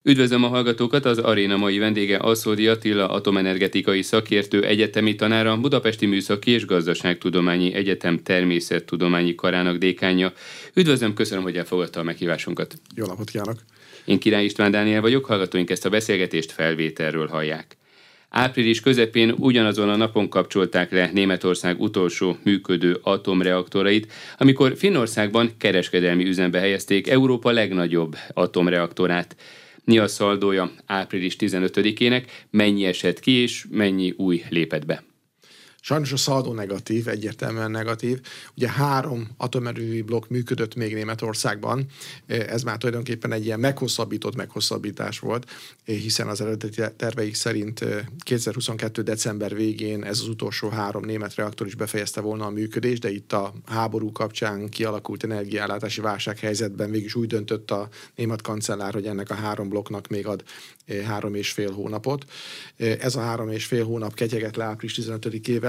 Üdvözlöm a hallgatókat, az aréna mai vendége Aszódi Attila, atomenergetikai szakértő, egyetemi tanár, a Budapesti Műszaki és Gazdaságtudományi Egyetem természettudományi karának dékánja. Üdvözlöm, köszönöm, hogy elfogadta a meghívásunkat. Jó napot kívánok! Én Király István Dániel vagyok, hallgatóink ezt a beszélgetést felvételről hallják. Április közepén ugyanazon a napon kapcsolták le Németország utolsó működő atomreaktorait, amikor Finnországban kereskedelmi üzembe helyezték Európa legnagyobb atomreaktorát. Mi a szaldója április 15-ének, mennyi esett ki és mennyi új lépett be? Sajnos a szaldó negatív, egyértelműen negatív. Ugye 3 atomerőmű blokk működött még Németországban. Ez már tulajdonképpen egy ilyen meghosszabbítás volt, hiszen az eredeti terveik szerint 2022. december végén ez az utolsó 3 német reaktor is befejezte volna a működést, de itt a háború kapcsán kialakult energiaellátási válsághelyzetben végig úgy döntött a német kancellár, hogy ennek a 3 blokknak még ad 3,5 hónapot. Ez a 3,5 hónap ketyegett le április 15-ével,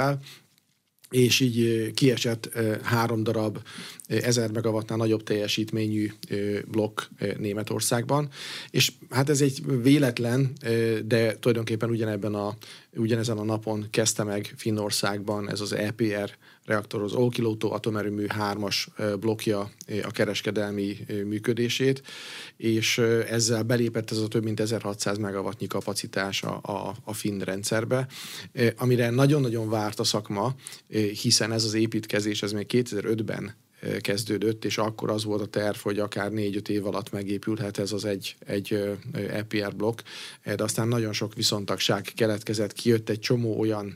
és így kiesett 3 darab 1000 megawattnál nagyobb teljesítményű blokk Németországban. És hát ez egy véletlen, de tulajdonképpen ugyanezen a napon kezdte meg Finnországban ez az EPR reaktor, az Olkiluoto atomerőmű 3-as blokkja a kereskedelmi működését, és ezzel belépett ez a több mint 1600 megawattnyi kapacitás a finn rendszerbe, amire nagyon-nagyon várt a szakma, hiszen ez az építkezés, ez még 2005-ben kezdődött, és akkor az volt a terv, hogy akár 4-5 év alatt megépülhet ez az egy EPR blokk, de aztán nagyon sok viszontagság keletkezett, kijött egy csomó olyan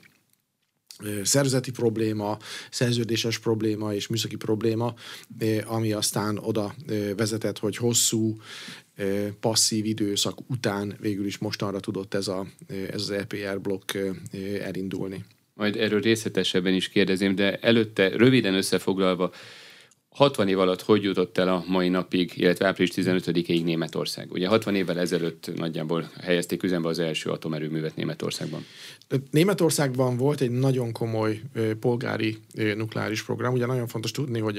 szervezeti probléma, szerződéses probléma és műszaki probléma, ami aztán oda vezetett, hogy hosszú, passzív időszak után végül is mostanra tudott ez az EPR blokk elindulni. Majd erről részletesebben is kérdezem, de előtte röviden összefoglalva, 60 év alatt hogy jutott el a mai napig, illetve április 15-ig Németország? Ugye 60 évvel ezelőtt nagyjából helyezték üzembe az első atomerőművet Németországban. Németországban volt egy nagyon komoly polgári nukleáris program. Ugye nagyon fontos tudni, hogy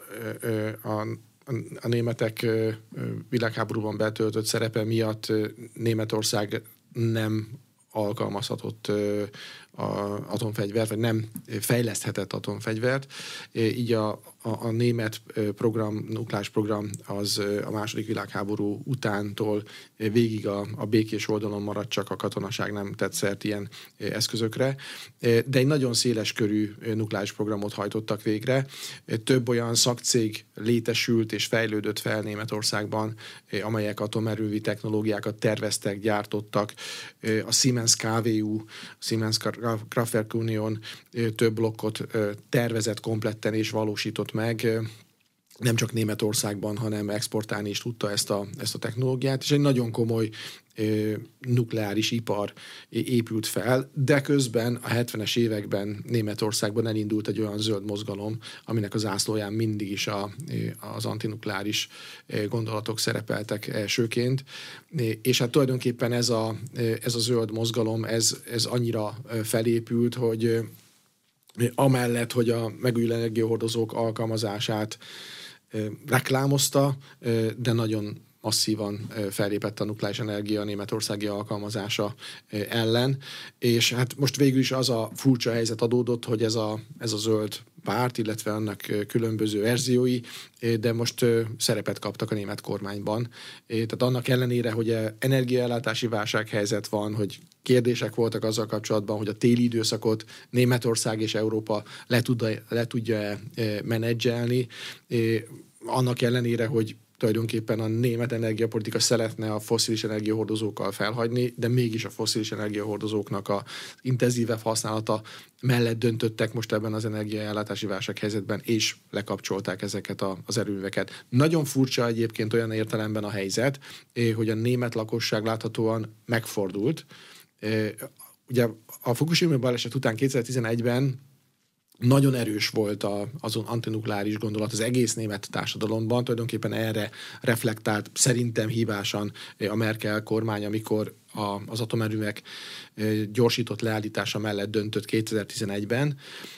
a németek világháborúban betöltött szerepe miatt Németország nem alkalmazhatott atomfegyvert, vagy nem fejleszthetett atomfegyvert. Így a német program, nukleáris program az a második világháború utántól végig a békés oldalon maradt, csak a katonaság nem tett szert ilyen eszközökre. De egy nagyon széles körű nukleáris programot hajtottak végre. Több olyan szakcég létesült és fejlődött fel Németországban, amelyek atomerőmű technológiákat terveztek, gyártottak. A Siemens KWU, Siemens Kraftwerk Union több blokkot tervezett kompletten és valósított meg, nem csak Németországban, hanem exportálni is tudta ezt a technológiát, és egy nagyon komoly nukleáris ipar épült fel, de közben a 70-es években Németországban elindult egy olyan zöld mozgalom, aminek az zászlóján mindig is az antinukleáris gondolatok szerepeltek elsőként, és hát tulajdonképpen ez a zöld mozgalom, ez annyira felépült, hogy amellett, hogy a megújuló energiahordozók alkalmazását reklámozta, de nagyon masszívan fellépett a nukleáris energia németországi alkalmazása ellen, és hát most végül is az a furcsa helyzet adódott, hogy ez a zöld párt, illetve annak különböző verziói, de most szerepet kaptak a német kormányban. Tehát annak ellenére, hogy energiaellátási válsághelyzet van, hogy kérdések voltak azzal kapcsolatban, hogy a téli időszakot Németország és Európa le tudja menedzselni, annak ellenére, hogy tulajdonképpen a német energiapolitika szeretne a fosszilis energiahordozókkal felhagyni, de mégis a fosszilis energiahordozóknak az intenzívebb használata mellett döntöttek most ebben az energiaellátási válsághelyzetben, és lekapcsolták ezeket az erőműveket. Nagyon furcsa egyébként olyan értelemben a helyzet, hogy a német lakosság láthatóan megfordult. Ugye a Fukushima baleset után 2011-ben nagyon erős volt azon antinukleáris gondolat az egész német társadalomban, tulajdonképpen erre reflektált szerintem hibásan a Merkel kormány, amikor az atomerőművek gyorsított leállítása mellett döntött 2011-ben,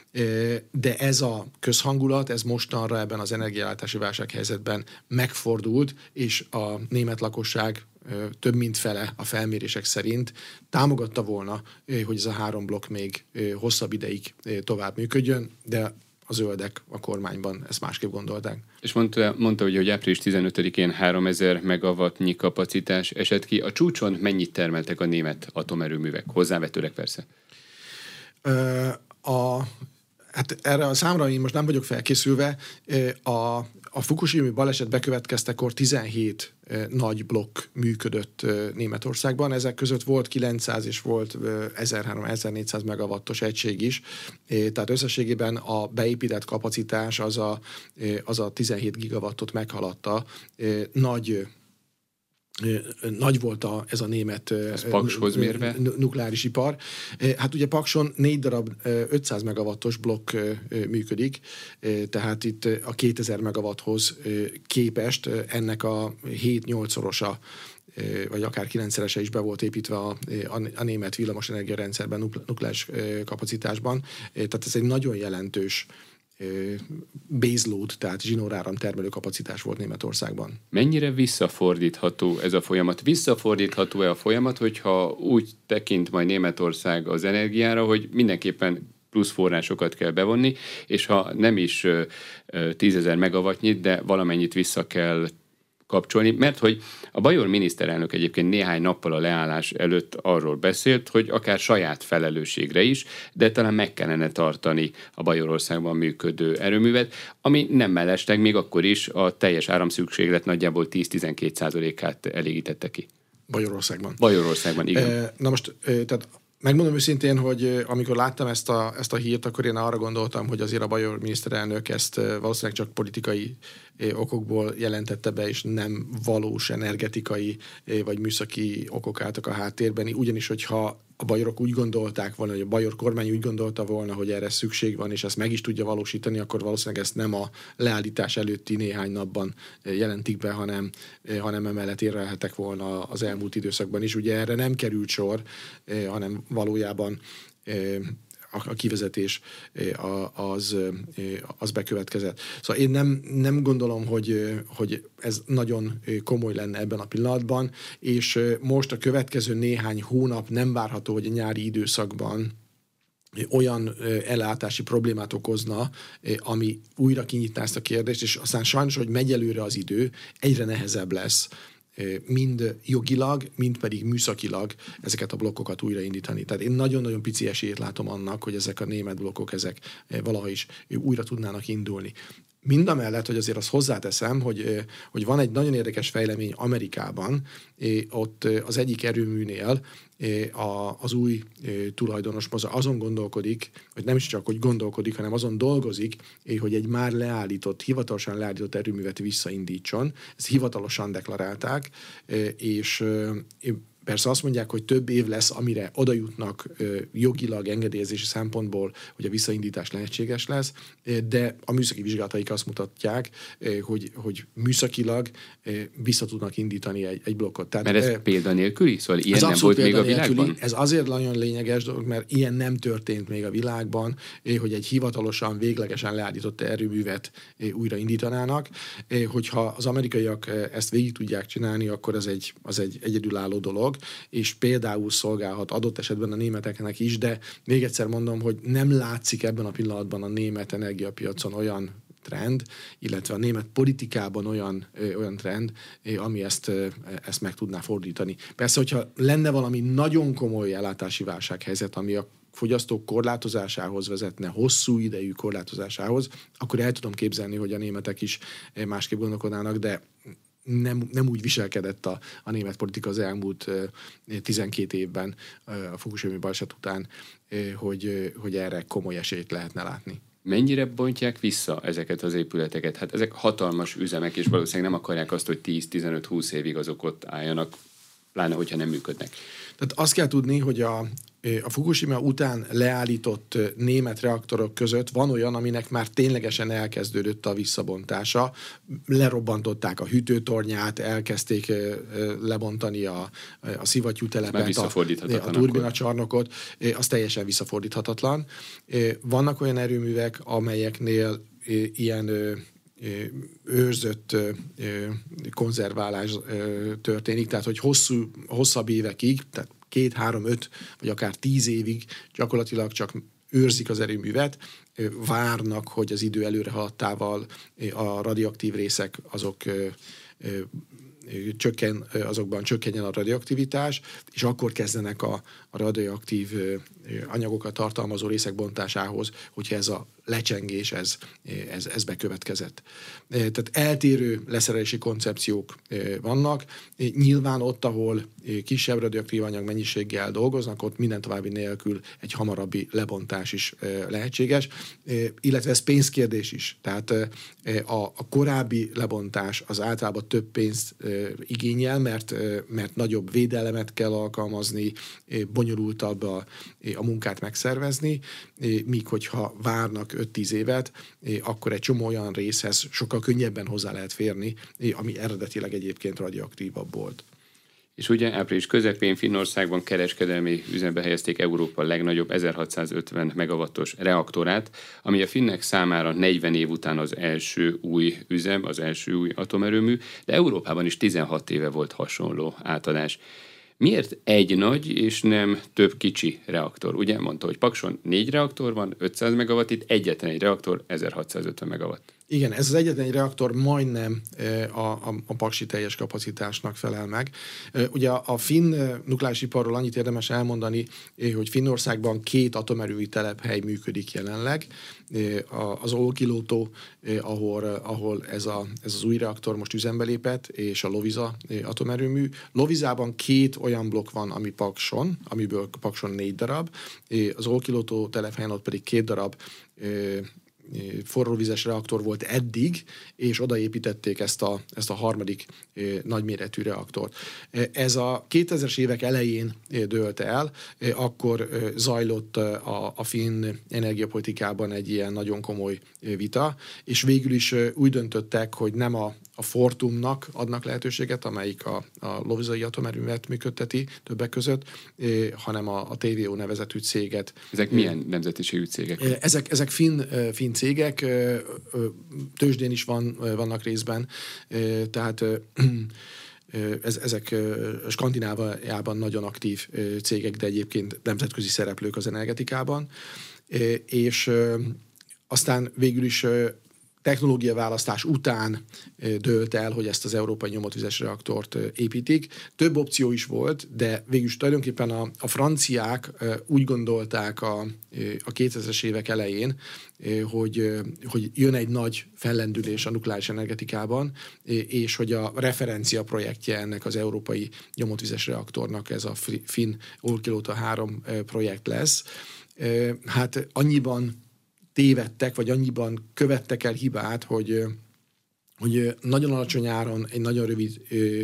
de ez a közhangulat, ez mostanra ebben az energiaellátási válsághelyzetben megfordult, és a német lakosság több mint fele a felmérések szerint támogatta volna, hogy ez a 3 blokk még hosszabb ideig tovább működjön, de a zöldek a kormányban ezt másképp gondolták. És mondta hogy április 15-én 3000 megawattnyi kapacitás esett ki. A csúcson mennyit termeltek a német atomerőművek? Hozzávetőleg persze. Hát erre a számra én most nem vagyok felkészülve. A Fukushima baleset bekövetkeztekor 17 nagy blokk működött Németországban. Ezek között volt 900 és volt 1300-1400 megawattos egység is. Tehát összességében a beépített kapacitás az a 17 gigawattot meghaladta. Nagy volt ez a német Pakshoz mérve? Nukleáris ipar. Hát ugye Pakson 4 darab 500 megawattos blokk működik, tehát itt a 2000 megawatthoz képest ennek a 7-8-szorosa vagy akár 9-szerese is be volt építve a német villamosenergia rendszerben, nukleáris kapacitásban. Tehát ez egy nagyon jelentős baseload, tehát zsinóráram termelő kapacitás volt Németországban. Mennyire visszafordítható ez a folyamat? Visszafordítható-e a folyamat, hogyha úgy tekint majd Németország az energiára, hogy mindenképpen plusz forrásokat kell bevonni, és ha nem is 10 000 megawattnyit, de valamennyit vissza kell kapcsolni, mert hogy a bajor miniszterelnök egyébként néhány nappal a leállás előtt arról beszélt, hogy akár saját felelősségre is, de talán meg kellene tartani a Bajorországban működő erőművet, ami nem mellesleg még akkor is a teljes áramszükséglet nagyjából 10-12%-át elégítette ki. Bajorországban, igen. Na most, tehát megmondom őszintén, hogy amikor láttam ezt a hírt, akkor én arra gondoltam, hogy azért a bajor miniszterelnök ezt valószínűleg csak politikai okokból jelentette be, és nem valós energetikai vagy műszaki okok álltak a háttérben. Ugyanis, hogyha a bajorok úgy gondolták volna, hogy a bajor kormány úgy gondolta volna, hogy erre szükség van, és ezt meg is tudja valósítani, akkor valószínűleg ezt nem a leállítás előtti néhány napban jelentik be, hanem emellett érvelhettek volna az elmúlt időszakban is. Ugye erre nem került sor, hanem valójában a kivezetés az bekövetkezett. Szóval én nem gondolom, hogy ez nagyon komoly lenne ebben a pillanatban, és most a következő néhány hónap nem várható, hogy a nyári időszakban olyan ellátási problémát okozna, ami újra kinyitná ezt a kérdést, és aztán sajnos, hogy megy előre az idő, egyre nehezebb lesz mind jogilag, mind pedig műszakilag ezeket a blokkokat újraindítani. Tehát én nagyon-nagyon pici esélyt látom annak, hogy ezek a német blokkok ezek valaha is újra tudnának indulni. Mindamellett, hogy azért azt hozzáteszem, hogy van egy nagyon érdekes fejlemény Amerikában, ott az egyik erőműnél az új tulajdonos azon gondolkodik, hogy nem is csak, hogy gondolkodik, hanem azon dolgozik, hogy egy már hivatalosan leállított erőművet visszaindítson. Ezt hivatalosan deklarálták, és persze azt mondják, hogy több év lesz, amire oda jutnak jogilag, engedélyezési szempontból, hogy a visszaindítás lehetséges lesz, de a műszaki vizsgálataik azt mutatják, hogy műszakilag vissza tudnak indítani egy blokkot. Tehát, mert ez példanélküli? Szóval ilyen nem volt még a világban? Ez azért nagyon lényeges dolog, mert ilyen nem történt még a világban, hogy egy hivatalosan, véglegesen leállított erőművet újra indítanának. Hogyha az amerikaiak ezt végig tudják csinálni, akkor az egy egyedülálló dolog, és például szolgálhat adott esetben a németeknek is, de még egyszer mondom, hogy nem látszik ebben a pillanatban a német energiapiacon olyan trend, illetve a német politikában olyan trend, ami ezt meg tudná fordítani. Persze, hogyha lenne valami nagyon komoly ellátási válsághelyzet, ami a fogyasztók korlátozásához vezetne, hosszú idejű korlátozásához, akkor el tudom képzelni, hogy a németek is másképp gondolkodnának, de nem úgy viselkedett a német politika az elmúlt 12 évben a Fukushima baleset után, hogy erre komoly esélyt lehetne látni. Mennyire bontják vissza ezeket az épületeket? Hát ezek hatalmas üzemek, és valószínűleg nem akarják azt, hogy 10-15-20 évig azok ott álljanak, pláne, hogyha nem működnek. Tehát azt kell tudni, hogy a Fukushima után leállított német reaktorok között van olyan, aminek már ténylegesen elkezdődött a visszabontása. Lerobbantották a hűtőtornyát, elkezdték lebontani a szivattyútelepet, a turbinacsarnokot, az teljesen visszafordíthatatlan. Vannak olyan erőművek, amelyeknél ilyen őrzött konzerválás történik, tehát hogy hosszabb évekig, tehát 2, 3, 5 vagy akár 10 évig gyakorlatilag csak őrzik az erőművet, várnak, hogy az idő előre haladtával a radioaktív részek azok azokban csökkenjen a radioaktivitás, és akkor kezdenek a radioaktív anyagokat tartalmazó részek bontásához, hogyha ez a lecsengés, ez bekövetkezett. Tehát eltérő leszerelési koncepciók vannak. Nyilván ott, ahol kisebb radioaktív anyag mennyiséggel dolgoznak, ott minden további nélkül egy hamarabbi lebontás is lehetséges, illetve ez pénzkérdés is. Tehát a korábbi lebontás az általában több pénzt igényel, mert nagyobb védelemet kell alkalmazni, bonyolultabb a munkát megszervezni, míg hogyha várnak 5-10 évet, akkor egy csomó olyan részhez sokkal könnyebben hozzá lehet férni, ami eredetileg egyébként radioaktívabb volt. És ugye április közepén Finnországban kereskedelmi üzembe helyezték Európa legnagyobb 1650 megawattos reaktorát, ami a finnek számára 40 év után az első új üzem, az első új atomerőmű, de Európában is 16 éve volt hasonló átadás. Miért egy nagy és nem több kicsi reaktor? Ugye mondta, hogy Pakson 4 reaktor van, 500 megawatt, itt egyetlen egy reaktor, 1650 megawatt. Igen, ez az egyetlen egy reaktor majdnem a paksi teljes kapacitásnak felel meg. Ugye a finn nukleáris iparról annyit érdemes elmondani, hogy Finnországban 2 atomerőmű telephely működik jelenleg. Az Olkiluoto, ahol ez az új reaktor most üzembe lépett, és a Loviisa atomerőmű. Loviisában 2 olyan blokk van, ami Pakson, amiből Pakson 4 darab. Az Olkiluoto telephelyen ott pedig 2 darab forróvizes reaktor volt eddig, és odaépítették ezt a harmadik nagyméretű reaktort. Ez a 2000-es évek elején dőlt el, akkor zajlott a finn energiapolitikában egy ilyen nagyon komoly vita, és végül is úgy döntöttek, hogy nem a Fortumnak adnak lehetőséget, amelyik a loviisai atomerőművet működteti többek között, hanem a TVO nevezetű céget. Ezek milyen nemzetiségű cégek? Ezek finn cégek, tőzsdén is vannak részben, tehát ezek Skandináviában nagyon aktív cégek, de egyébként nemzetközi szereplők az energetikában, és aztán végül is technológiaválasztás után dőlt el, hogy ezt az európai nyomotvizes reaktort építik. Több opció is volt, de végülis tulajdonképpen a franciák úgy gondolták a 2000-es évek elején, hogy jön egy nagy fellendülés a nukleáris energetikában, és hogy a referencia projektje ennek az európai nyomotvizes reaktornak ez a finn Olkiluoto 3 projekt lesz. Hát annyiban tévedtek, vagy annyiban követtek el hibát, hogy nagyon alacsony áron, egy nagyon rövid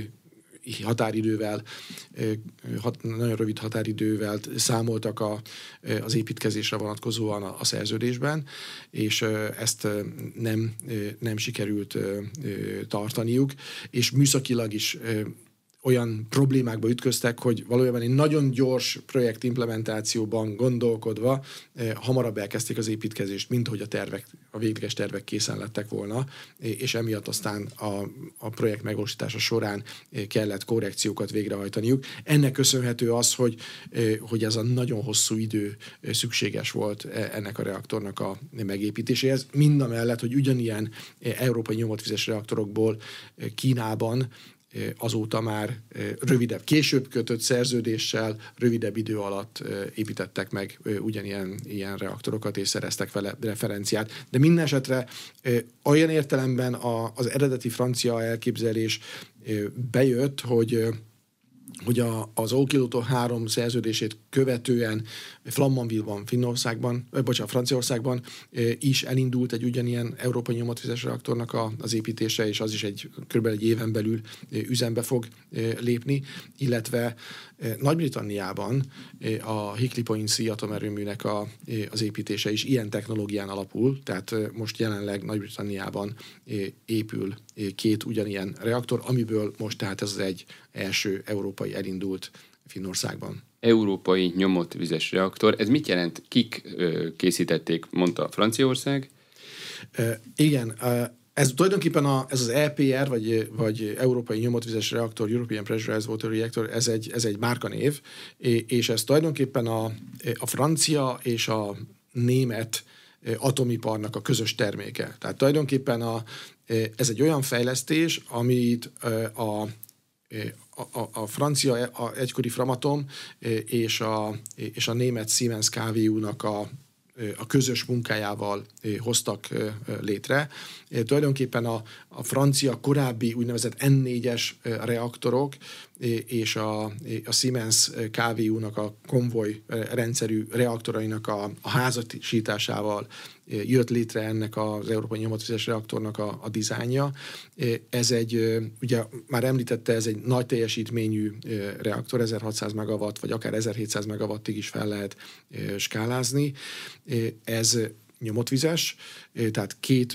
határidővel számoltak az építkezésre vonatkozóan a szerződésben, és ezt nem sikerült tartaniuk, és műszakilag is olyan problémákba ütköztek, hogy valójában egy nagyon gyors projektimplementációban gondolkodva hamarabb elkezdték az építkezést, mint hogy a végleges tervek készen lettek volna, és emiatt aztán a projekt megvalósítása során kellett korrekciókat végrehajtaniuk. Ennek köszönhető az, hogy ez a nagyon hosszú idő szükséges volt ennek a reaktornak a megépítéséhez. Mindamellett, hogy ugyanilyen európai nyomotvizes reaktorokból Kínában azóta már később kötött szerződéssel, rövidebb idő alatt építettek meg ugyanilyen reaktorokat, és szereztek vele referenciát. De minden esetre olyan értelemben az eredeti francia elképzelés bejött, hogy az Olkiluoto 3 szerződését követően Flamanville-ban, Franciaországban is elindult egy ugyanilyen európai nyomotvizes reaktornak az építése, és az is kb. Egy éven belül üzembe fog lépni, illetve Nagy-Britanniában a Hinkley Point C atomerőműnek az építése is ilyen technológián alapul, tehát most jelenleg Nagy-Britanniában épül 2 ugyanilyen reaktor, amiből most tehát ez az egy első európai elindult Finnországban. Európai nyomotvizes reaktor, ez mit jelent? Kik készítették, mondta Franciaország? Igen, Ez tulajdonképpen ez az EPR, vagy Európai Nyomotvizes Reaktor, European Pressurized Water Reactor, ez egy márkanév, és ez tulajdonképpen a francia és a német atomiparnak a közös terméke. Tehát tulajdonképpen ez egy olyan fejlesztés, amit a francia, egykori Framatome és a német Siemens KWU-nak a közös munkájával hoztak létre. Tulajdonképpen a francia korábbi úgynevezett N4-es reaktorok és a Siemens KWU-nak a konvoj rendszerű reaktorainak a házasításával jött létre ennek az Európai Nyomotvizes Reaktornak a dizájnja. Ez ugye már említette, ez egy nagy teljesítményű reaktor, 1600 megawatt, vagy akár 1700 megawattig is fel lehet skálázni. Ez nyomotvizes, tehát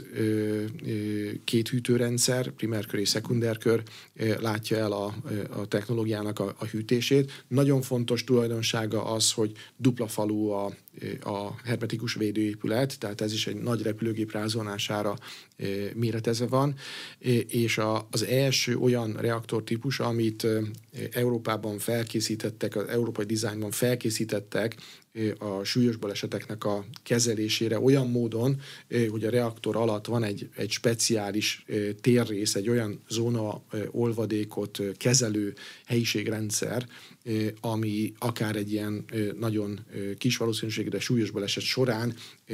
két hűtőrendszer, primárkör és szekundárkör látja el a technológiának a hűtését. Nagyon fontos tulajdonsága az, hogy dupla falú a hermetikus védőépület, tehát ez is egy nagy repülőgép rázolására méretezve van, és az első olyan reaktortípus, amit Európában felkészítettek, az európai dizájnban felkészítettek a súlyos baleseteknek a kezelésére olyan módon, hogy a reaktor alatt van egy speciális térrész, egy olyan zóna olvadékot kezelő helyiségrendszer, ami akár egy ilyen nagyon kis valószínűségre súlyos baleset során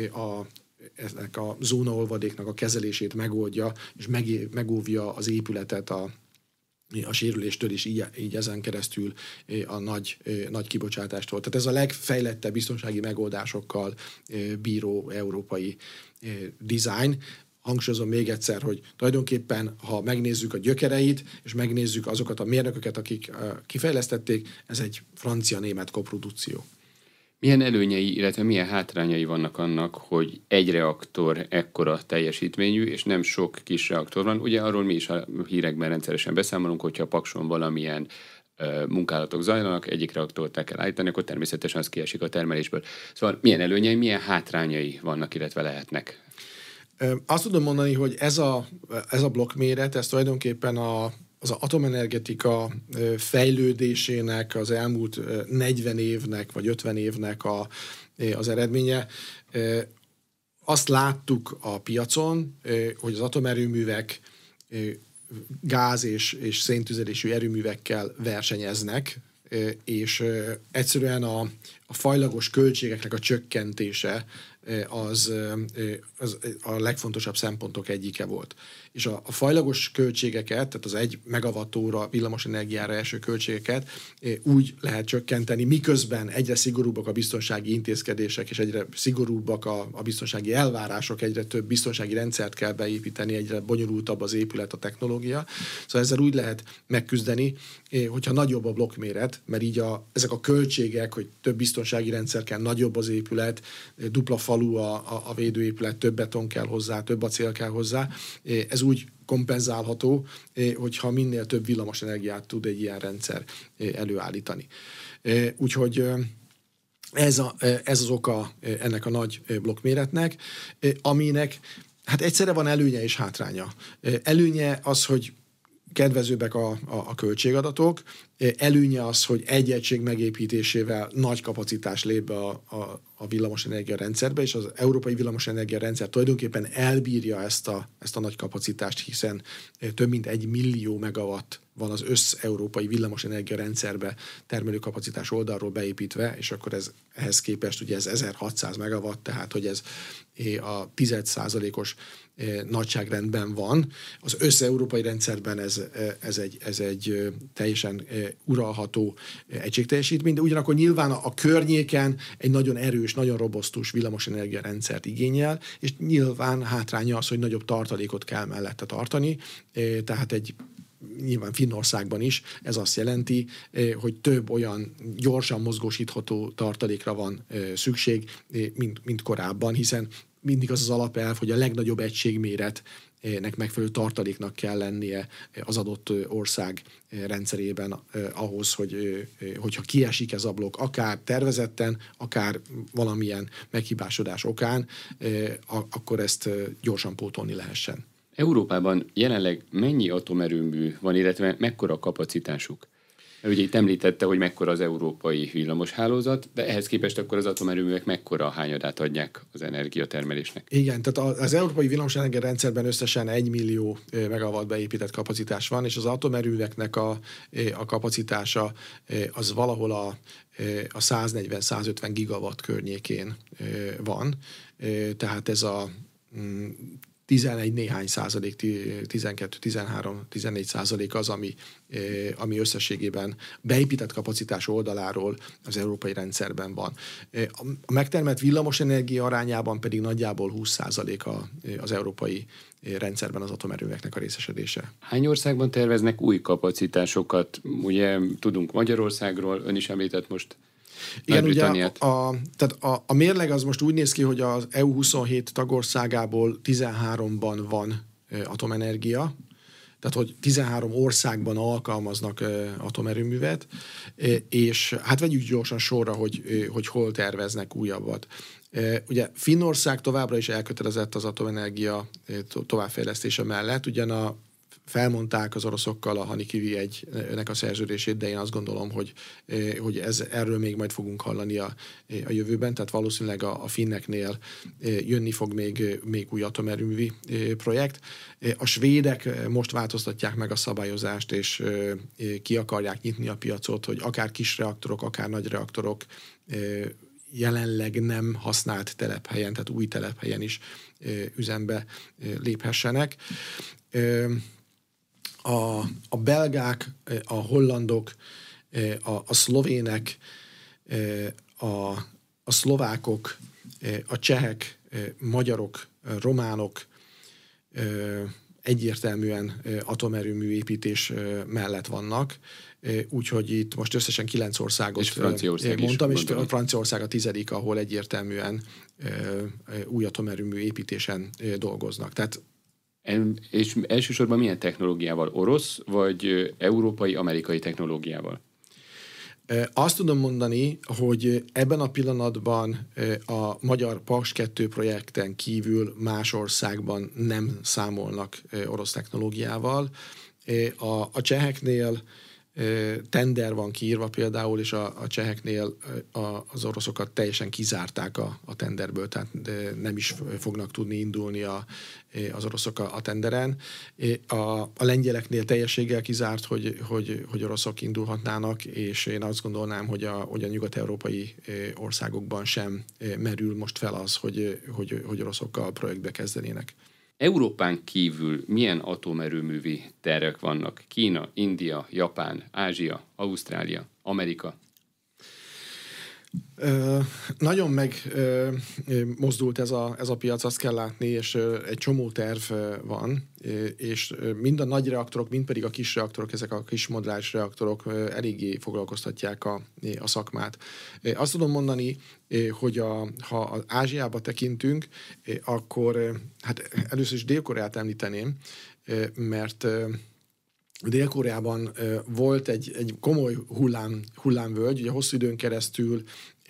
ennek a zónaolvadéknak a kezelését megoldja, és megóvja az épületet a sérüléstől, és így ezen keresztül a nagy kibocsátástól. Tehát ez a legfejlettebb biztonsági megoldásokkal bíró európai design. Hangsúlyozom még egyszer, hogy tulajdonképpen, ha megnézzük a gyökereit, és megnézzük azokat a mérnököket, akik kifejlesztették, ez egy francia-német koprodukció. Milyen előnyei, illetve milyen hátrányai vannak annak, hogy egy reaktor ekkora teljesítményű, és nem sok kis reaktor van? Ugye arról mi is a hírekben rendszeresen beszámolunk, hogyha a Pakson valamilyen munkálatok zajlanak, egyik reaktort el kell állítani, akkor természetesen az kiesik a termelésből. Szóval milyen előnyei, milyen hátrányai vannak, illetve lehetnek? Azt tudom mondani, hogy ez a blokkméret, ez tulajdonképpen az atomenergetika fejlődésének az elmúlt 40 évnek vagy 50 évnek az eredménye. Azt láttuk a piacon, hogy az atomerőművek gáz- és széntüzelésű erőművekkel versenyeznek, és egyszerűen a fajlagos költségeknek a csökkentése az a legfontosabb szempontok egyike volt. És a fajlagos költségeket, tehát az 1 megawattóra villamosenergiára eső költségeket úgy lehet csökkenteni, miközben egyre szigorúbbak a biztonsági intézkedések, és egyre szigorúbbak a biztonsági elvárások, egyre több biztonsági rendszert kell beépíteni, egyre bonyolultabb az épület, a technológia. Szóval ezzel úgy lehet megküzdeni, hogyha nagyobb a blokkméret, mert így ezek a költségek, hogy több biztonsági rendszer kell, nagyobb az épület, dupla falu a védőépület, több beton kell hozzá, több acél kell hozzá. Ez úgy kompenzálható, hogyha minél több villamosenergiát tud egy ilyen rendszer előállítani. Úgyhogy ez az oka ennek a nagy blokkméretnek, aminek hát egyszerre van előnye és hátránya. Előnye az, hogy kedvezőbbek a költségadatok, előnye az, hogy egy egység megépítésével nagy kapacitás lép be a villamosenergia rendszerbe, és az európai villamosenergia rendszer tulajdonképpen elbírja ezt a nagy kapacitást, hiszen több mint 1 millió megawatt van az összeurópai villamosenergia rendszerbe termelőkapacitás oldalról beépítve, és akkor ehhez képest ugye ez 1600 megawatt, tehát hogy ez a 10%-os nagyságrendben van. Az összeurópai rendszerben ez egy teljesen uralható egységteljesítmény, de ugyanakkor nyilván a környéken egy nagyon erős, nagyon robosztus villamosenergia rendszert igényel, és nyilván hátránya az, hogy nagyobb tartalékot kell mellette tartani, tehát nyilván Finnországban is ez azt jelenti, hogy több olyan gyorsan mozgósítható tartalékra van szükség, mint korábban, hiszen mindig az alapelv, hogy a legnagyobb egységméretnek megfelelő tartaléknak kell lennie az adott ország rendszerében ahhoz, hogyha kiesik ez a blokk, akár tervezetten, akár valamilyen meghibásodás okán, akkor ezt gyorsan pótolni lehessen. Európában jelenleg mennyi atomerőmű van, illetve mekkora a kapacitásuk? Ugye itt említette, hogy mekkora az európai villamoshálózat, de ehhez képest akkor az atomerőművek mekkora hányadát adják az energiatermelésnek? Igen, tehát az európai villamosenergia rendszerben összesen 1 millió megawatt beépített kapacitás van, és az atomerőműveknek a kapacitása az valahol a 140-150 gigawatt környékén van. Tehát ez a 11 néhány százalék, 12, 13, 14 százalék az, ami összességében beépített kapacitás oldaláról az európai rendszerben van. A megtermelt villamosenergia arányában pedig nagyjából 20 százalék az európai rendszerben az atomerőműveknek a részesedése. Hány országban terveznek új kapacitásokat? Ugye tudunk Magyarországról, ön is említett most igen, ugye a mérleg az most úgy néz ki, hogy az EU 27 tagországából 13-ban van atomenergia, tehát hogy 13 országban alkalmaznak atomerőművet, és hát vegyük gyorsan sorra, hogy hol terveznek újabbat. Ugye Finnország továbbra is elkötelezett az atomenergia továbbfejlesztése mellett, ugyan felmondták az oroszokkal a Hanhikivi 1-nek a szerződését, de én azt gondolom, hogy erről még majd fogunk hallani a jövőben, tehát valószínűleg a finneknél jönni fog még új atomerőművi projekt. A svédek most változtatják meg a szabályozást, és ki akarják nyitni a piacot, hogy akár kis reaktorok, akár nagy reaktorok jelenleg nem használt telephelyen, tehát új telephelyen is üzembe léphessenek. A belgák, a hollandok, a szlovének, a szlovákok, a csehek, magyarok, románok egyértelműen atomerőmű építés mellett vannak, úgyhogy itt most összesen 9 országot mondtam, és Franciaország a 10., ahol egyértelműen új atomerőmű építésen dolgoznak. Tehát és elsősorban milyen technológiával? Orosz vagy európai, amerikai technológiával? Azt tudom mondani, hogy ebben a pillanatban a magyar Paks 2 projekten kívül más országban nem számolnak orosz technológiával. A cseheknél tender van kiírva például, és a cseheknél az oroszokat teljesen kizárták a tenderből, tehát nem is fognak tudni indulni az oroszok a tenderen. A lengyeleknél teljességgel kizárt, hogy oroszok indulhatnának, és én azt gondolnám, hogy a nyugat-európai országokban sem merül most fel az, hogy oroszokkal projektbe kezdenének. Európán kívül milyen atomerőművi tervek vannak? Kína, India, Japán, Ázsia, Ausztrália, Amerika? Nagyon megmozdult ez a piac, azt kell látni, és egy csomó terv van, és mind a nagy reaktorok, mind pedig a kis reaktorok, ezek a kis moduláris reaktorok eléggé foglalkoztatják a szakmát. Azt tudom mondani, hogy ha az Ázsiába tekintünk, akkor hát először is Dél-Koreát említeném, mert Dél-Koreában volt egy komoly hullámvölgy, ugye hosszú időn keresztül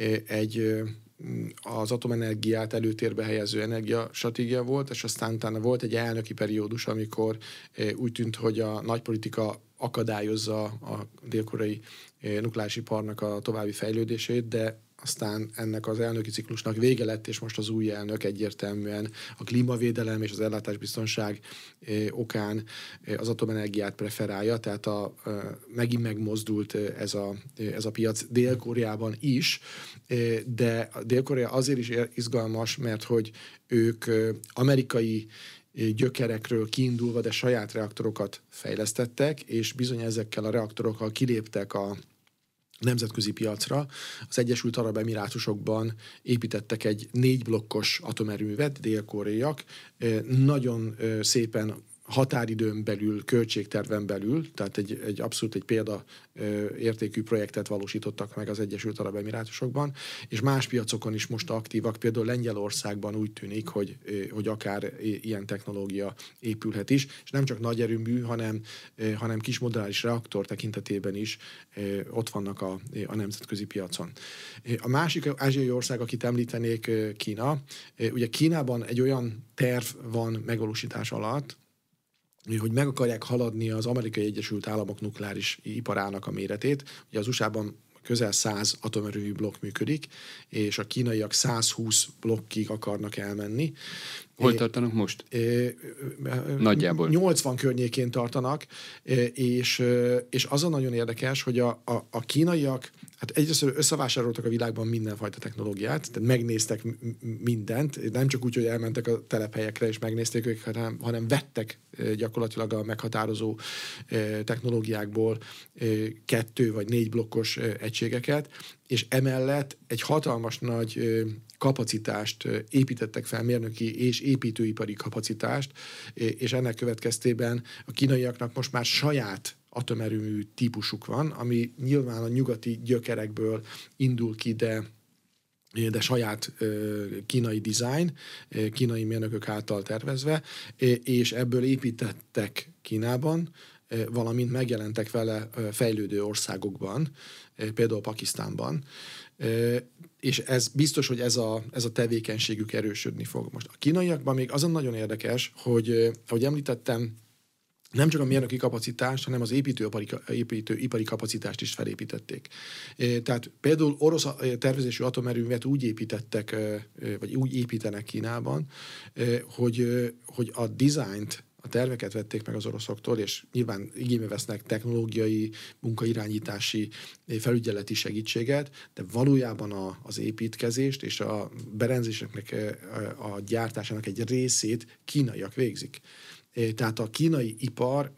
az atomenergiát előtérbe helyező energiastratégia volt, és aztán utána volt egy elnöki periódus, amikor úgy tűnt, hogy a nagypolitika akadályozza a dél-koreai nukleáris iparnak a további fejlődését, de aztán ennek az elnöki ciklusnak vége lett, és most az új elnök egyértelműen a klímavédelem és az ellátásbiztonság okán az atomenergiát preferálja, tehát megint megmozdult ez a piac Dél-Koreában is, de Dél-Korea azért is izgalmas, mert hogy ők amerikai gyökerekről kiindulva, de saját reaktorokat fejlesztettek, és bizony ezekkel a reaktorokkal kiléptek a nemzetközi piacra. Az Egyesült Arab Emirátusokban építettek egy 4 blokkos atomerőművet, dél-koreaiak, nagyon szépen határidőn belül, költségterven belül, tehát egy abszolút egy példaértékű projektet valósítottak meg az Egyesült Arab Emirátusokban, és más piacokon is most aktívak, például Lengyelországban úgy tűnik, hogy akár ilyen technológia épülhet is, és nem csak nagy erőmű, hanem kis moduláris reaktor tekintetében is ott vannak a nemzetközi piacon. A másik ázsiai ország, akit említenék, Kína. Ugye Kínában egy olyan terv van megvalósítás alatt, hogy meg akarják haladni az Amerikai Egyesült Államok nukleáris iparának a méretét. Ugye az USA-ban közel 100 atomerőmű blokk működik, és a kínaiak 120 blokkig akarnak elmenni. Hol tartanak most? Nagyjából. 80 környékén tartanak, és az a nagyon érdekes, hogy a kínaiak hát egyrészt összevásároltak a világban mindenfajta technológiát, tehát megnéztek mindent, nem csak úgy, hogy elmentek a telephelyekre és megnézték őket, hanem vettek gyakorlatilag a meghatározó technológiákból 2 vagy 4 blokkos egységeket, és emellett egy hatalmas nagy kapacitást építettek fel, mérnöki és építőipari kapacitást, és ennek következtében a kínaiaknak most már saját atomerőmű típusuk van, ami nyilván a nyugati gyökerekből indul ki, de saját kínai design, kínai mérnökök által tervezve, és ebből építettek Kínában, valamint megjelentek vele fejlődő országokban, például Pakisztánban, és ez biztos, hogy ez a tevékenységük erősödni fog. Most a kínaiakban még azon nagyon érdekes, hogy ahogy említettem, nem csak a mérnöki kapacitást, hanem az építőipari kapacitást is felépítették. Tehát például orosz tervezésű atomerőművet úgy építettek, vagy úgy építenek Kínában, hogy a dizájnt, a terveket vették meg az oroszoktól, és nyilván igénybe vesznek technológiai, munkairányítási, felügyeleti segítséget, de valójában az építkezést és a berendezéseknek a gyártásának egy részét kínaiak végzik. Tehát a kínai ipar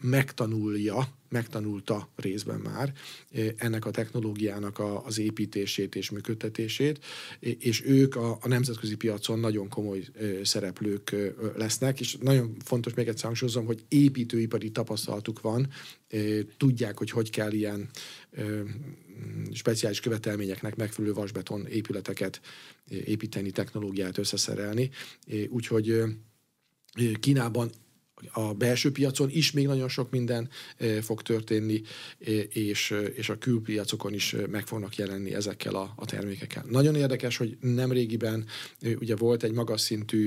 megtanulta részben már ennek a technológiának az építését és működtetését, és ők a nemzetközi piacon nagyon komoly szereplők lesznek, és nagyon fontos még egyszer hangsúlyozom, hogy építőipari tapasztalatuk van, tudják, hogy kell ilyen speciális követelményeknek megfelelő vasbeton épületeket építeni, technológiát összeszerelni, úgyhogy Kínában a belső piacon is még nagyon sok minden fog történni, és a külpiacokon is meg fognak jelenni ezekkel a termékekkel. Nagyon érdekes, hogy nemrégiben ugye volt egy magas szintű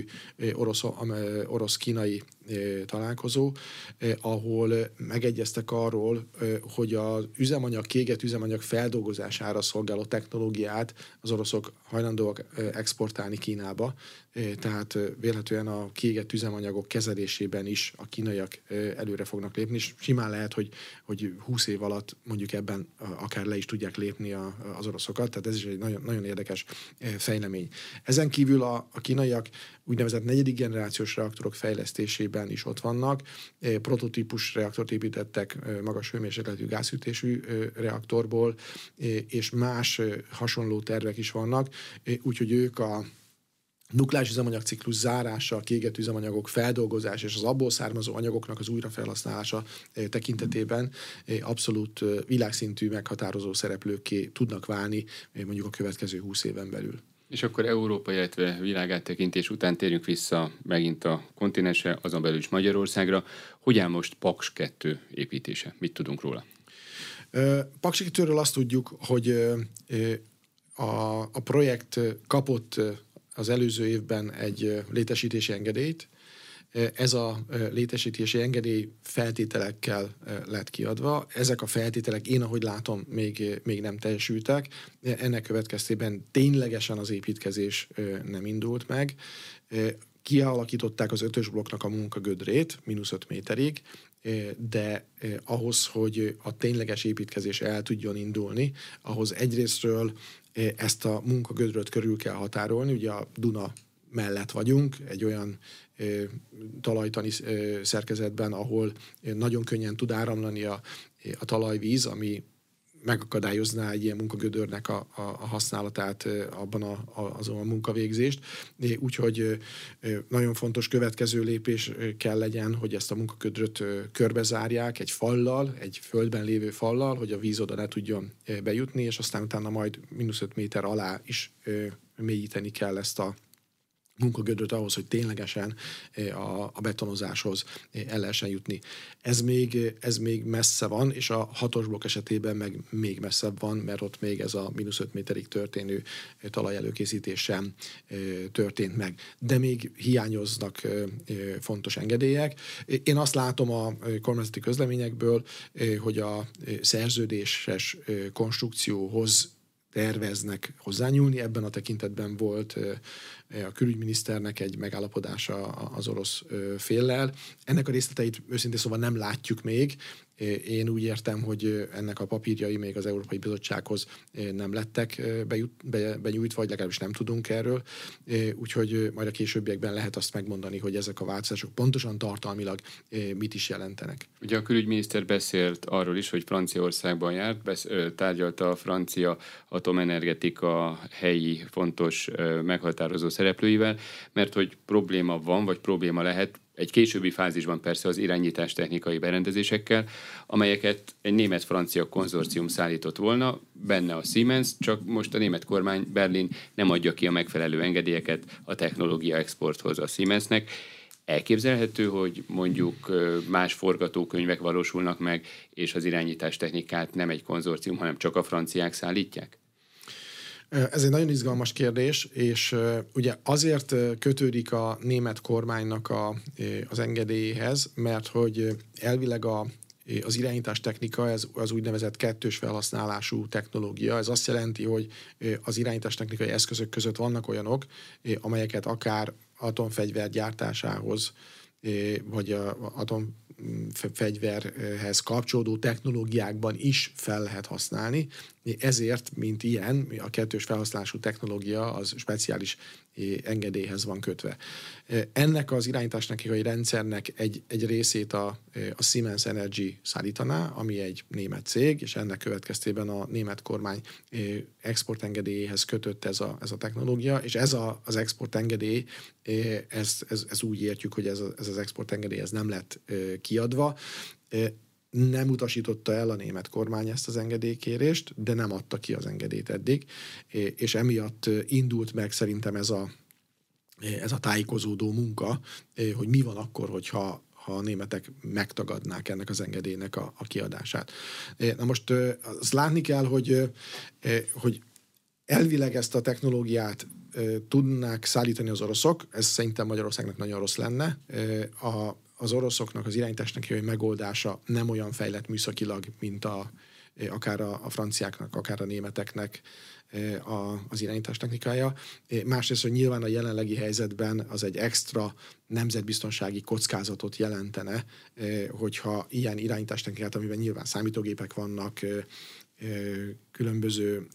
orosz-kínai találkozó, ahol megegyeztek arról, hogy az üzemanyag, kiégett üzemanyag feldolgozására szolgáló technológiát az oroszok hajlandóak exportálni Kínába, tehát vélhetően a kiégett üzemanyagok kezelésében is a kínaiak előre fognak lépni, és simán lehet, hogy 20 év alatt mondjuk ebben akár le is tudják lépni az oroszokat, tehát ez is egy nagyon, nagyon érdekes fejlemény. Ezen kívül a kínaiak úgynevezett 4. generációs reaktorok fejlesztésében is ott vannak. Prototípus reaktort építettek magas hőmérsékletű gázhűtésű reaktorból, és más hasonló tervek is vannak, úgyhogy ők a nukleáris üzemanyagciklus zárása, a kiégett üzemanyagok feldolgozása és az abból származó anyagoknak az újrafelhasználása tekintetében abszolút világszintű meghatározó szereplőkké tudnak válni mondjuk a következő 20 éven belül. És akkor Európa, illetve világáttekintés után térjünk vissza megint a kontinensre, azon belül is Magyarországra. Hogy áll most Paks 2 építése? Mit tudunk róla? Paks 2-ről azt tudjuk, hogy a projekt kapott az előző évben egy létesítési engedélyt. Ez a létesítési engedély feltételekkel lett kiadva. Ezek a feltételek, én ahogy látom, még nem teljesültek. Ennek következtében ténylegesen az építkezés nem indult meg. Kialakították az 5-ös blokknak a munkagödrét, -5 méterig, de ahhoz, hogy a tényleges építkezés el tudjon indulni, ahhoz egyrésztről ezt a munkagödröt körül kell határolni, ugye a Duna mellett vagyunk, egy olyan talajtani szerkezetben, ahol nagyon könnyen tud áramlani a talajvíz, ami megakadályozná egy ilyen munkagödörnek a használatát, abban azon a munkavégzést. Úgyhogy nagyon fontos következő lépés kell legyen, hogy ezt a munkagödröt körbezárják egy fallal, egy földben lévő fallal, hogy a víz oda ne tudjon bejutni, és aztán utána majd -5 méter alá is mélyíteni kell ezt munkagödröt ahhoz, hogy ténylegesen a betonozáshoz el lehessen jutni. Ez még messze van, és a 6-os blokk esetében meg még messzebb van, mert ott még ez a -5 méterig történő talajelőkészítés sem történt meg. De még hiányoznak fontos engedélyek. Én azt látom a kormányzati közleményekből, hogy a szerződéses konstrukcióhoz terveznek hozzányúlni. Ebben a tekintetben volt a külügyminiszternek egy megállapodása az orosz féllel. Ennek a részleteit őszintén szóval nem látjuk még. Én úgy értem, hogy ennek a papírjai még az Európai Bizottsághoz nem lettek benyújtva, vagy legalábbis nem tudunk erről. Úgyhogy majd a későbbiekben lehet azt megmondani, hogy ezek a változások pontosan tartalmilag mit is jelentenek. Ugye a külügyminiszter beszélt arról is, hogy Franciaországban járt, tárgyalta a francia atomenergetika helyi fontos meghatározó szereplőivel, mert hogy probléma van, vagy probléma lehet egy későbbi fázisban persze az irányítás technikai berendezésekkel, amelyeket egy német-francia konzorcium szállított volna, benne a Siemens, csak most a német kormány Berlin nem adja ki a megfelelő engedélyeket a technológia exporthoz a Siemensnek. Elképzelhető, hogy mondjuk más forgatókönyvek valósulnak meg, és az irányítás technikát nem egy konzorcium, hanem csak a franciák szállítják? Ez egy nagyon izgalmas kérdés, és ugye azért kötődik a német kormánynak az engedélyéhez, mert hogy elvileg az irányítás technika, ez az úgynevezett kettős felhasználású technológia. Ez azt jelenti, hogy az irányítás technikai eszközök között vannak olyanok, amelyeket akár atomfegyver gyártásához, vagy atomfegyverhez kapcsolódó technológiákban is fel lehet használni. Ezért, mint ilyen, a kettős felhasználású technológia az speciális engedélyhez van kötve. Ennek az irányítástechnikai rendszernek egy részét a Siemens Energy szállítaná, ami egy német cég, és ennek következtében a német kormány exportengedélyéhez kötött ez a technológia, és ez az exportengedély, ez úgy értjük, hogy ez az exportengedély ez nem lett kiadva. Nem utasította el a német kormány ezt az engedélykérést, de nem adta ki az engedélyt eddig, és emiatt indult meg szerintem ez a tájékozódó munka, hogy mi van akkor, hogyha a németek megtagadnák ennek az engedélynek a kiadását. Na most azt látni kell, hogy elvileg ezt a technológiát tudnák szállítani az oroszok, ez szerintem Magyarországnak nagyon rossz lenne. Az oroszoknak az irányítástechnikai megoldása nem olyan fejlett műszakilag, mint akár a franciáknak, akár a németeknek az irányítástechnikája. Másrészt, hogy nyilván a jelenlegi helyzetben az egy extra nemzetbiztonsági kockázatot jelentene, hogyha ilyen irányítástechnikát, amiben nyilván számítógépek vannak, különböző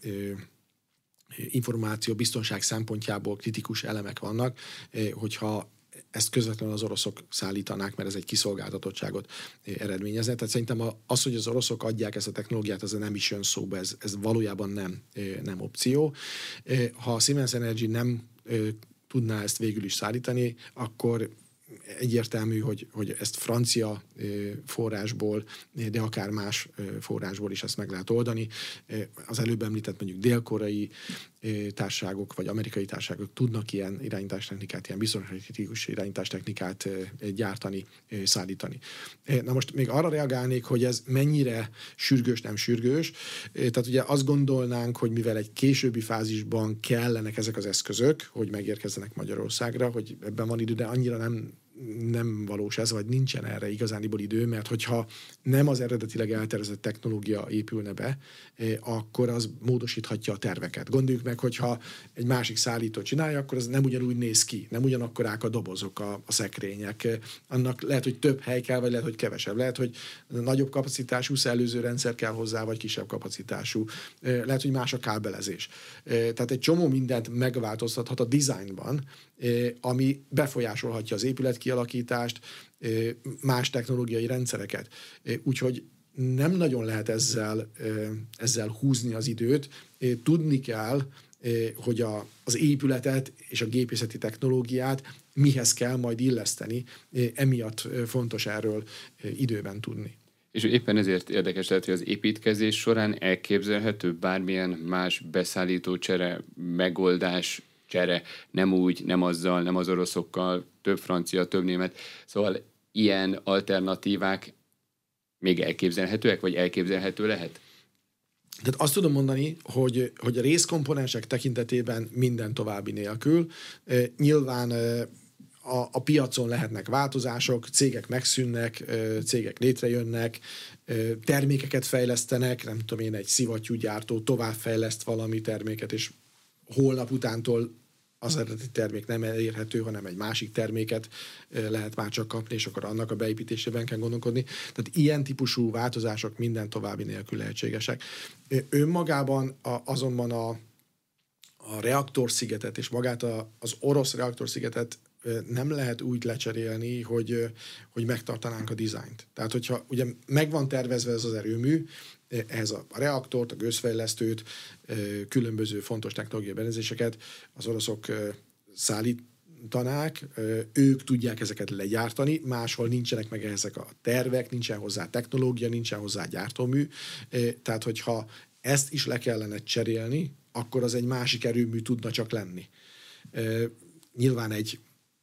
információ biztonság szempontjából kritikus elemek vannak, hogyha ezt közvetlenül az oroszok szállítanák, mert ez egy kiszolgáltatottságot eredményezne. Tehát szerintem az, hogy az oroszok adják ezt a technológiát, az nem is jön szóba, ez valójában nem opció. Ha a Siemens Energy nem tudná ezt végül is szállítani, akkor egyértelmű, hogy ezt francia forrásból, de akár más forrásból is ezt meg lehet oldani. Az előbb említett mondjuk dél-koreai társaságok, vagy amerikai társaságok tudnak ilyen irányítástechnikát, ilyen biztonságkritikus irányítástechnikát gyártani, szállítani. Na most még arra reagálnék, hogy ez mennyire sürgős, nem sürgős. Tehát ugye azt gondolnánk, hogy mivel egy későbbi fázisban kellenek ezek az eszközök, hogy megérkezzenek Magyarországra, hogy ebben van idő, de annyira nem valós ez, vagy nincsen erre igazániból idő, mert hogyha nem az eredetileg eltervezett technológia épülne be, akkor az módosíthatja a terveket. Gondoljuk meg, hogyha egy másik szállító csinálja, akkor az nem ugyanúgy néz ki, nem ugyanakkorák a dobozok, a szekrények. Annak lehet, hogy több hely kell, vagy lehet, hogy kevesebb. Lehet, hogy nagyobb kapacitású szellőző rendszer kell hozzá, vagy kisebb kapacitású. Lehet, hogy más a kábelezés. Tehát egy csomó mindent megváltoztathat a dizájnban, ami befolyásolhatja az épület kialakítást, más technológiai rendszereket. Úgyhogy nem nagyon lehet ezzel húzni az időt. Tudni kell, hogy az épületet és a gépészeti technológiát mihez kell majd illeszteni. Emiatt fontos erről időben tudni. És éppen ezért érdekes lehet, hogy az építkezés során elképzelhető bármilyen más beszállítócsere megoldás csere, nem úgy, nem azzal, nem az oroszokkal, több francia, több német. Szóval ilyen alternatívák még elképzelhetőek, vagy elképzelhető lehet? Tehát azt tudom mondani, hogy a részkomponensek tekintetében minden további nélkül. Nyilván a piacon lehetnek változások, cégek megszűnnek, cégek létrejönnek, termékeket fejlesztenek, nem tudom én, egy szivattyúgyártó továbbfejleszt valami terméket, és holnap utántól az eredeti termék nem elérhető, hanem egy másik terméket lehet már csak kapni, és akkor annak a beépítésében kell gondolkodni. Tehát ilyen típusú változások minden további nélkül lehetségesek. Önmagában azonban a reaktorszigetet és magát az orosz reaktorszigetet nem lehet úgy lecserélni, hogy megtartanánk a dizájnt. Tehát, hogyha ugye meg van tervezve ez az erőmű, ehhez a reaktort, a gőzfejlesztőt, különböző fontos technológiai berendezéseket az oroszok szállítanák, ők tudják ezeket legyártani, máshol nincsenek meg ezek a tervek, nincsen hozzá technológia, nincsen hozzá gyártómű, tehát hogyha ezt is le kellene cserélni, akkor az egy másik erőmű tudna csak lenni. Nyilván egy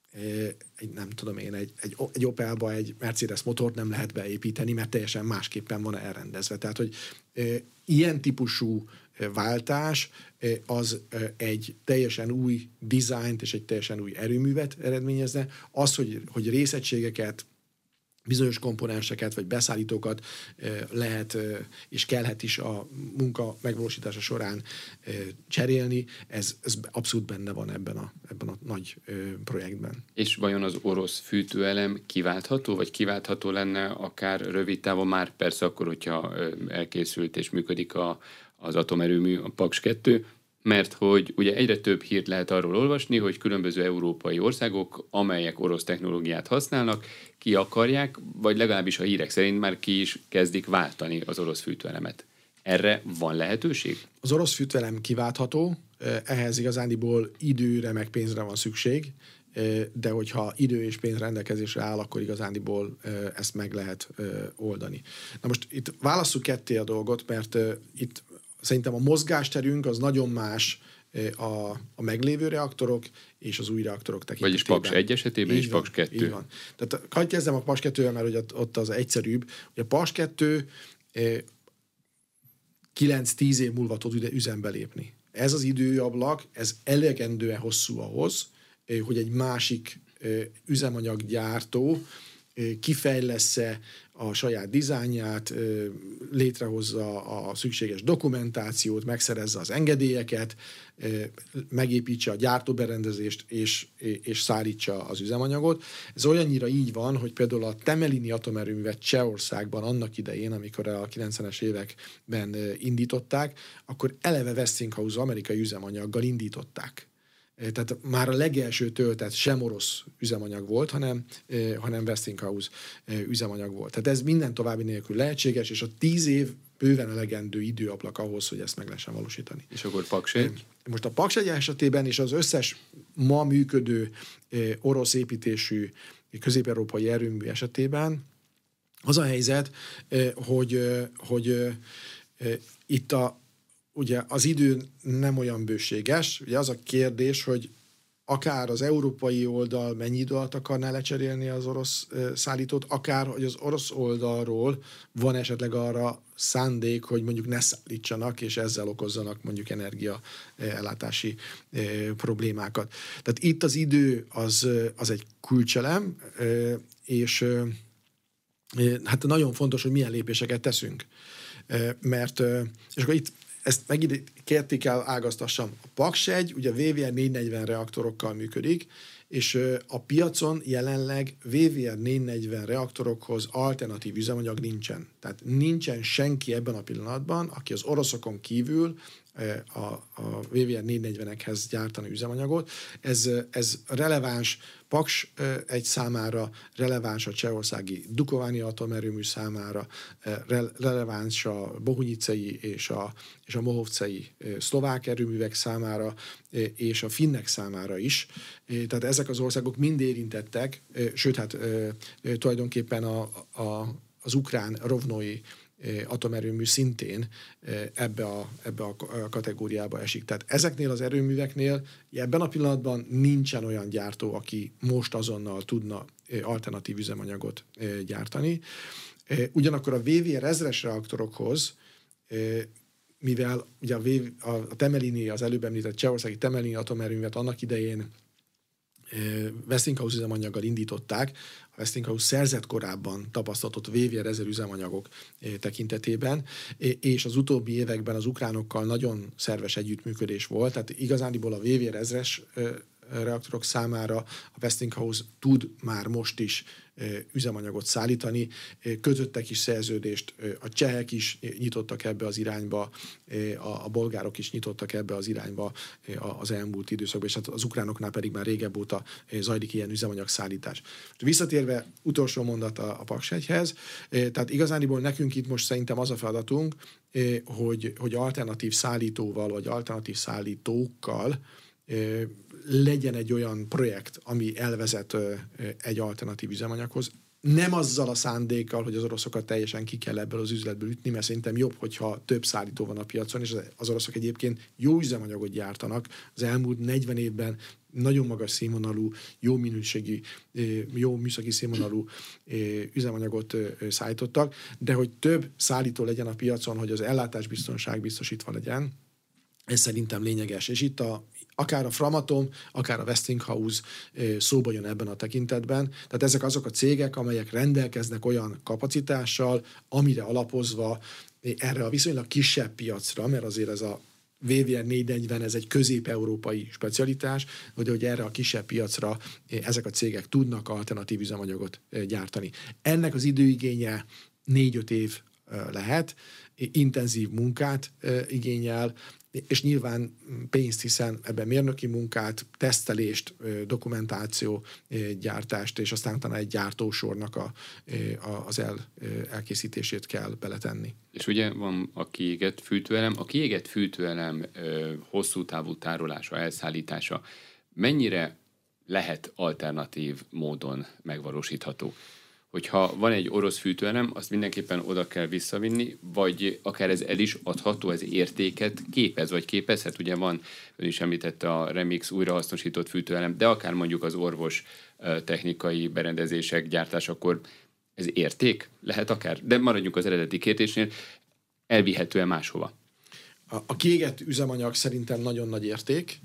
nem tudom én, egy Opelba egy Mercedes motort nem lehet beépíteni, mert teljesen másképpen van elrendezve. Tehát, hogy ilyen típusú váltás az egy teljesen új dizájnt és egy teljesen új erőművet eredményezne. Az, hogy részegységeket, bizonyos komponenseket vagy beszállítókat lehet és kellhet is a munka megvalósítása során cserélni, ez abszolút benne van ebben a nagy projektben. És vajon az orosz fűtőelem kiváltható, vagy kiváltható lenne akár rövid távon, már persze akkor, hogyha elkészült és működik az atomerőmű, a Paks 2, mert hogy ugye egyre több hírt lehet arról olvasni, hogy különböző európai országok, amelyek orosz technológiát használnak, ki akarják, vagy legalábbis a hírek szerint már ki is kezdik váltani az orosz fűtőelemet. Erre van lehetőség? Az orosz fűtőelem kiváltható, ehhez igazándiból időre meg pénzre van szükség, de hogyha idő és pénz rendelkezésre áll, akkor igazándiból ezt meg lehet oldani. Na most itt válasszuk ketté a dolgot, mert itt szerintem a mozgásterünk az nagyon más a meglévő reaktorok és az új reaktorok tekintetében. Vagyis Paks 1 esetében és Paks 2. Így van. Tehát hadd kezdem a Paks 2-vel, mert ugye ott az egyszerűbb. Ugye a Paks 2 9-10 év múlva tud üzembe lépni. Ez az időablak, ez elegendően hosszú ahhoz, hogy egy másik üzemanyaggyártó kifejlessze a saját dizájnját, létrehozza a szükséges dokumentációt, megszerezze az engedélyeket, megépítse a gyártóberendezést és szállítsa az üzemanyagot. Ez olyannyira így van, hogy például a Temelini atomerőművet Csehországban annak idején, amikor a 90-es években indították, akkor eleve Westinghouse amerikai üzemanyaggal indították. Tehát már a legelső töltet sem orosz üzemanyag volt, hanem Westinghouse üzemanyag volt. Tehát ez minden további nélkül lehetséges, és a 10 év bőven elegendő időablak ahhoz, hogy ezt meg lehessen valósítani. És akkor Paks 1? Most a Paks 1 esetében és az összes ma működő orosz építésű közép-európai erőmű esetében az a helyzet, hogy itt ugye az idő nem olyan bőséges. Ugye az a kérdés, hogy akár az európai oldal mennyi idő alatt akarná lecserélni az orosz szállítót, akár hogy az orosz oldalról van esetleg arra szándék, hogy mondjuk ne szállítsanak, és ezzel okozzanak mondjuk energiaellátási problémákat. Tehát itt az idő az egy kulcselem, és hát nagyon fontos, hogy milyen lépéseket teszünk. Mert, és akkor itt ezt megint kérték el, ágaztassam. A Paks 1 ugye VVR 440 reaktorokkal működik, és a piacon jelenleg VVR 440 reaktorokhoz alternatív üzemanyag nincsen. Tehát nincsen senki ebben a pillanatban, aki az oroszokon kívül a VVR 440-ekhez gyártani üzemanyagot. Ez releváns Paks 1 számára, releváns a csehországi Dukovany atomerőmű számára, releváns a bohunyicei és a mohovcei szlovák erőművek számára, és a finnek számára is. Tehát ezek az országok mind érintettek, sőt, hát tulajdonképpen az ukrán rovnói atomerőmű szintén ebbe a kategóriába esik. Tehát ezeknél az erőműveknél ebben a pillanatban nincsen olyan gyártó, aki most azonnal tudna alternatív üzemanyagot gyártani. Ugyanakkor a VVR 1000-es reaktorokhoz, mivel ugye a Temelini, az előbb említett csehországi Temelini atomerőművet annak idején Westinghouse üzemanyaggal indították, a Westinghouse szerzett korábban tapasztalatot VVR 1000 üzemanyagok tekintetében, és az utóbbi években az ukránokkal nagyon szerves együttműködés volt, tehát igazániból a VVR 1000-es reaktorok számára a Westinghouse tud már most is üzemanyagot szállítani, kötöttek is szerződést, a csehek is nyitottak ebbe az irányba, a bolgárok is nyitottak ebbe az irányba az elmúlt időszakban, és az ukránoknál pedig már régebb óta zajlik ilyen üzemanyagszállítás. Visszatérve utolsó mondat a Paks-1-hez, tehát igazániból nekünk itt most szerintem az a feladatunk, hogy alternatív szállítóval, vagy alternatív szállítókkal legyen egy olyan projekt, ami elvezet egy alternatív üzemanyaghoz. Nem azzal a szándékkal, hogy az oroszokat teljesen ki kell ebből az üzletből ütni, mert szerintem jobb, hogyha több szállító van a piacon, és az oroszok egyébként jó üzemanyagot gyártanak. Az elmúlt 40 évben nagyon magas színvonalú, jó minőségi, jó műszaki színvonalú üzemanyagot szállítottak, de hogy több szállító legyen a piacon, hogy az ellátásbiztonság biztosítva legyen, ez szerintem lényeges. És itt akár a Framatome, akár a Westinghouse szóba jön ebben a tekintetben. Tehát ezek azok a cégek, amelyek rendelkeznek olyan kapacitással, amire alapozva erre a viszonylag kisebb piacra, mert azért ez a VVR 440, ez egy közép-európai specialitás, hogy erre a kisebb piacra ezek a cégek tudnak alternatív üzemanyagot gyártani. Ennek az időigénye 4-5 év lehet, intenzív munkát igényel, és nyilván pénzt, hiszen ebben mérnöki munkát, tesztelést, dokumentáció, gyártást, és aztán utána egy gyártósornak az elkészítését kell beletenni. És ugye van a kiégett fűtőelem. A kiégett fűtőelem hosszú távú tárolása, elszállítása mennyire lehet alternatív módon megvalósítható? Hogyha van egy orosz fűtőelem, azt mindenképpen oda kell visszavinni, vagy akár ez el is adható, ez értéket képez, vagy képezhet. Ugye van, ön is említette a Remix újrahasznosított fűtőelem, de akár mondjuk az orvos technikai berendezések gyártásakor ez érték lehet akár. De maradjunk az eredeti kérdésnél, elvihető-e máshova? A kiégett üzemanyag szerintem nagyon nagy érték,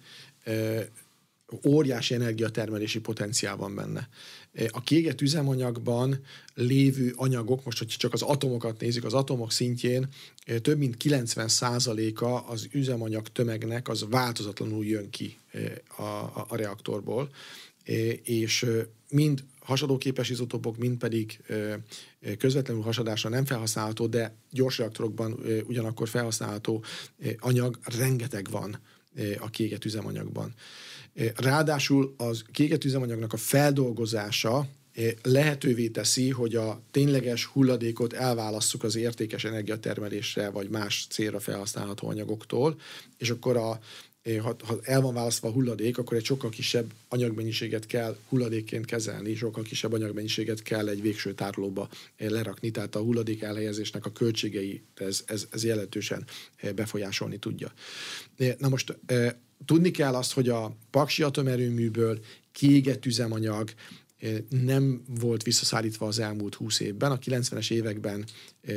óriási energiatermelési potenciál van benne. A kiégett üzemanyagban lévő anyagok, most hogy csak az atomokat nézzük, az atomok szintjén több mint 90%-a az üzemanyag tömegnek az változatlanul jön ki a reaktorból, és mind hasadóképes izotópok, mind pedig közvetlenül hasadásra nem felhasználható, de gyors reaktorokban ugyanakkor felhasználható anyag rengeteg van a kiégett üzemanyagban. Ráadásul az kiégett üzemanyagnak a feldolgozása lehetővé teszi, hogy a tényleges hulladékot elválasszuk az értékes energiatermelésre vagy más célra felhasználható anyagoktól, és akkor ha el van választva a hulladék, akkor egy sokkal kisebb anyagmennyiséget kell hulladékként kezelni, sokkal kisebb anyagmennyiséget kell egy végső tárolóba lerakni, tehát a hulladék elhelyezésnek a költségei ez jelentősen befolyásolni tudja. Na most tudni kell azt, hogy a paksi atomerőműből kiégett üzemanyag nem volt visszaszállítva az elmúlt 20 évben. A 90-es években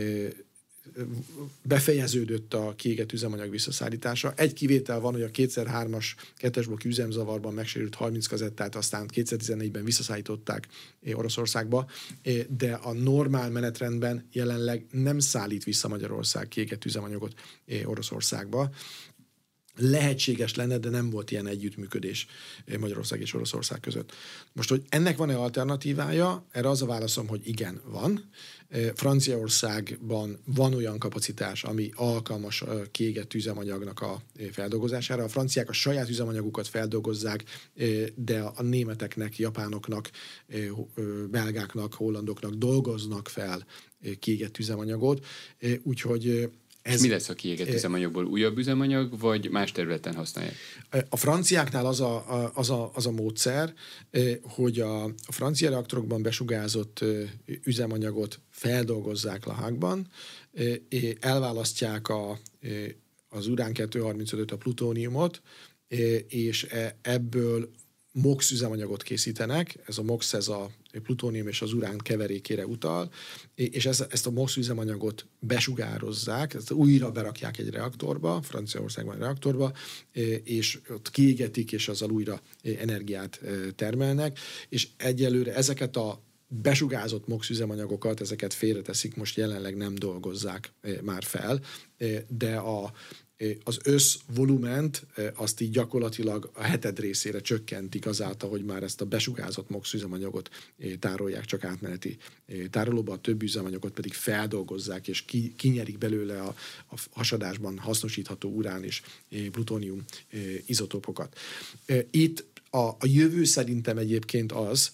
befejeződött a kiégett üzemanyag visszaszállítása. Egy kivétel van, hogy a 2003-as kettesblokk üzemzavarban megsérült 30 kazettát aztán 2014-ben visszaszállították Oroszországba, de a normál menetrendben jelenleg nem szállít vissza Magyarország kiégett üzemanyagot Oroszországba. Lehetséges lenne, de nem volt ilyen együttműködés Magyarország és Oroszország között. Most, hogy ennek van-e alternatívája, erre az a válaszom, hogy igen, van. Franciaországban van olyan kapacitás, ami alkalmas a kiégett üzemanyagnak a feldolgozására. A franciák a saját üzemanyagukat feldolgozzák, de a németeknek, japánoknak, belgáknak, hollandoknak dolgoznak fel kiégett üzemanyagot. Úgyhogy És mi lesz a kiégett üzemanyagból? Újabb üzemanyag, vagy más területen használják? A franciáknál az a módszer, hogy a francia reaktorokban besugárzott üzemanyagot feldolgozzák Lahákban, elválasztják az urán-235-öt, a plutóniumot, és ebből MOX üzemanyagot készítenek, ez a MOX, ez a plutónium és az urán keverékére utal, és ezt a MOX üzemanyagot besugározzák, ezt újra berakják egy reaktorba, Franciaországban egy reaktorba, és ott kiégetik, és azzal újra energiát termelnek, és egyelőre ezeket a besugázott MOX üzemanyagokat, ezeket félreteszik, most jelenleg nem dolgozzák már fel, de az összvolument azt így gyakorlatilag a heted részére csökkentik azáltal, hogy már ezt a besugázott MOX üzemanyagot tárolják csak átmeneti tárolóba, a többi üzemanyagot pedig feldolgozzák, és kinyerik belőle a hasadásban hasznosítható urán és plutónium izotópokat. Itt a jövő szerintem egyébként az,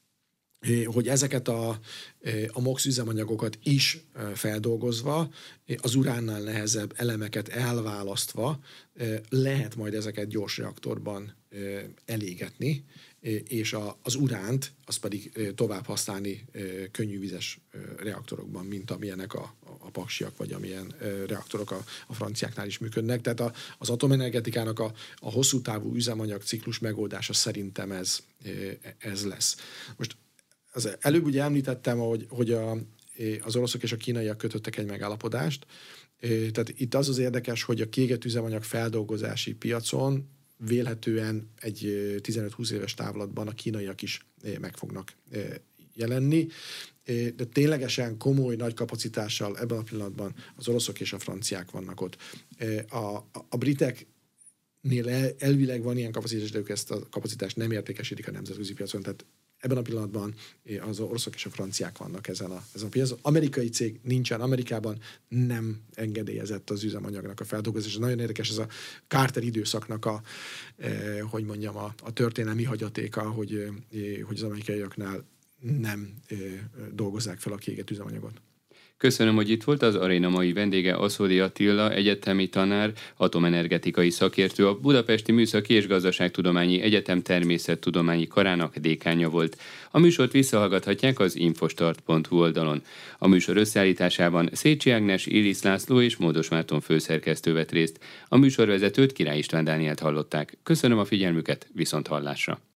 hogy ezeket a MOX üzemanyagokat is feldolgozva, az uránnál nehezebb elemeket elválasztva lehet majd ezeket gyors reaktorban elégetni, és az uránt azt pedig tovább használni könnyűvizes reaktorokban, mint amilyenek a paksiak, vagy amilyen reaktorok a franciáknál is működnek. Tehát az atomenergetikának a hosszú távú üzemanyag ciklus megoldása szerintem ez lesz. Most az előbb ugye említettem, hogy az oroszok és a kínaiak kötöttek egy megállapodást. Tehát itt az érdekes, hogy a kiégett üzemanyag feldolgozási piacon vélhetően egy 15-20 éves távlatban a kínaiak is meg fognak jelenni. De ténylegesen komoly, nagy kapacitással ebben a pillanatban az oroszok és a franciák vannak ott. A briteknél elvileg van ilyen kapacitás, de ők ezt a kapacitást nem értékesítik a nemzetközi piacon, tehát ebben a pillanatban az oroszok és a franciák vannak ezen a piacon. Amerikai cég nincsen, Amerikában nem engedélyezett az üzemanyagnak a feldolgozása. Nagyon érdekes ez a Carter időszaknak a történelmi hagyatéka, hogy az amerikaiaknál nem dolgozzák fel a kiégett üzemanyagot. Köszönöm, hogy itt volt. Az aréna mai vendége Aszódi Attila, egyetemi tanár, atomenergetikai szakértő, a Budapesti Műszaki és Gazdaságtudományi Egyetem természettudományi karának dékánja volt. A műsort visszahallgathatják az infostart.hu oldalon. A műsor összeállításában Szécsi Ágnes, Élisz László és Módos Márton főszerkesztő vett részt. A műsorvezetőt Király István Dánielt hallották. Köszönöm a figyelmüket, viszont hallásra.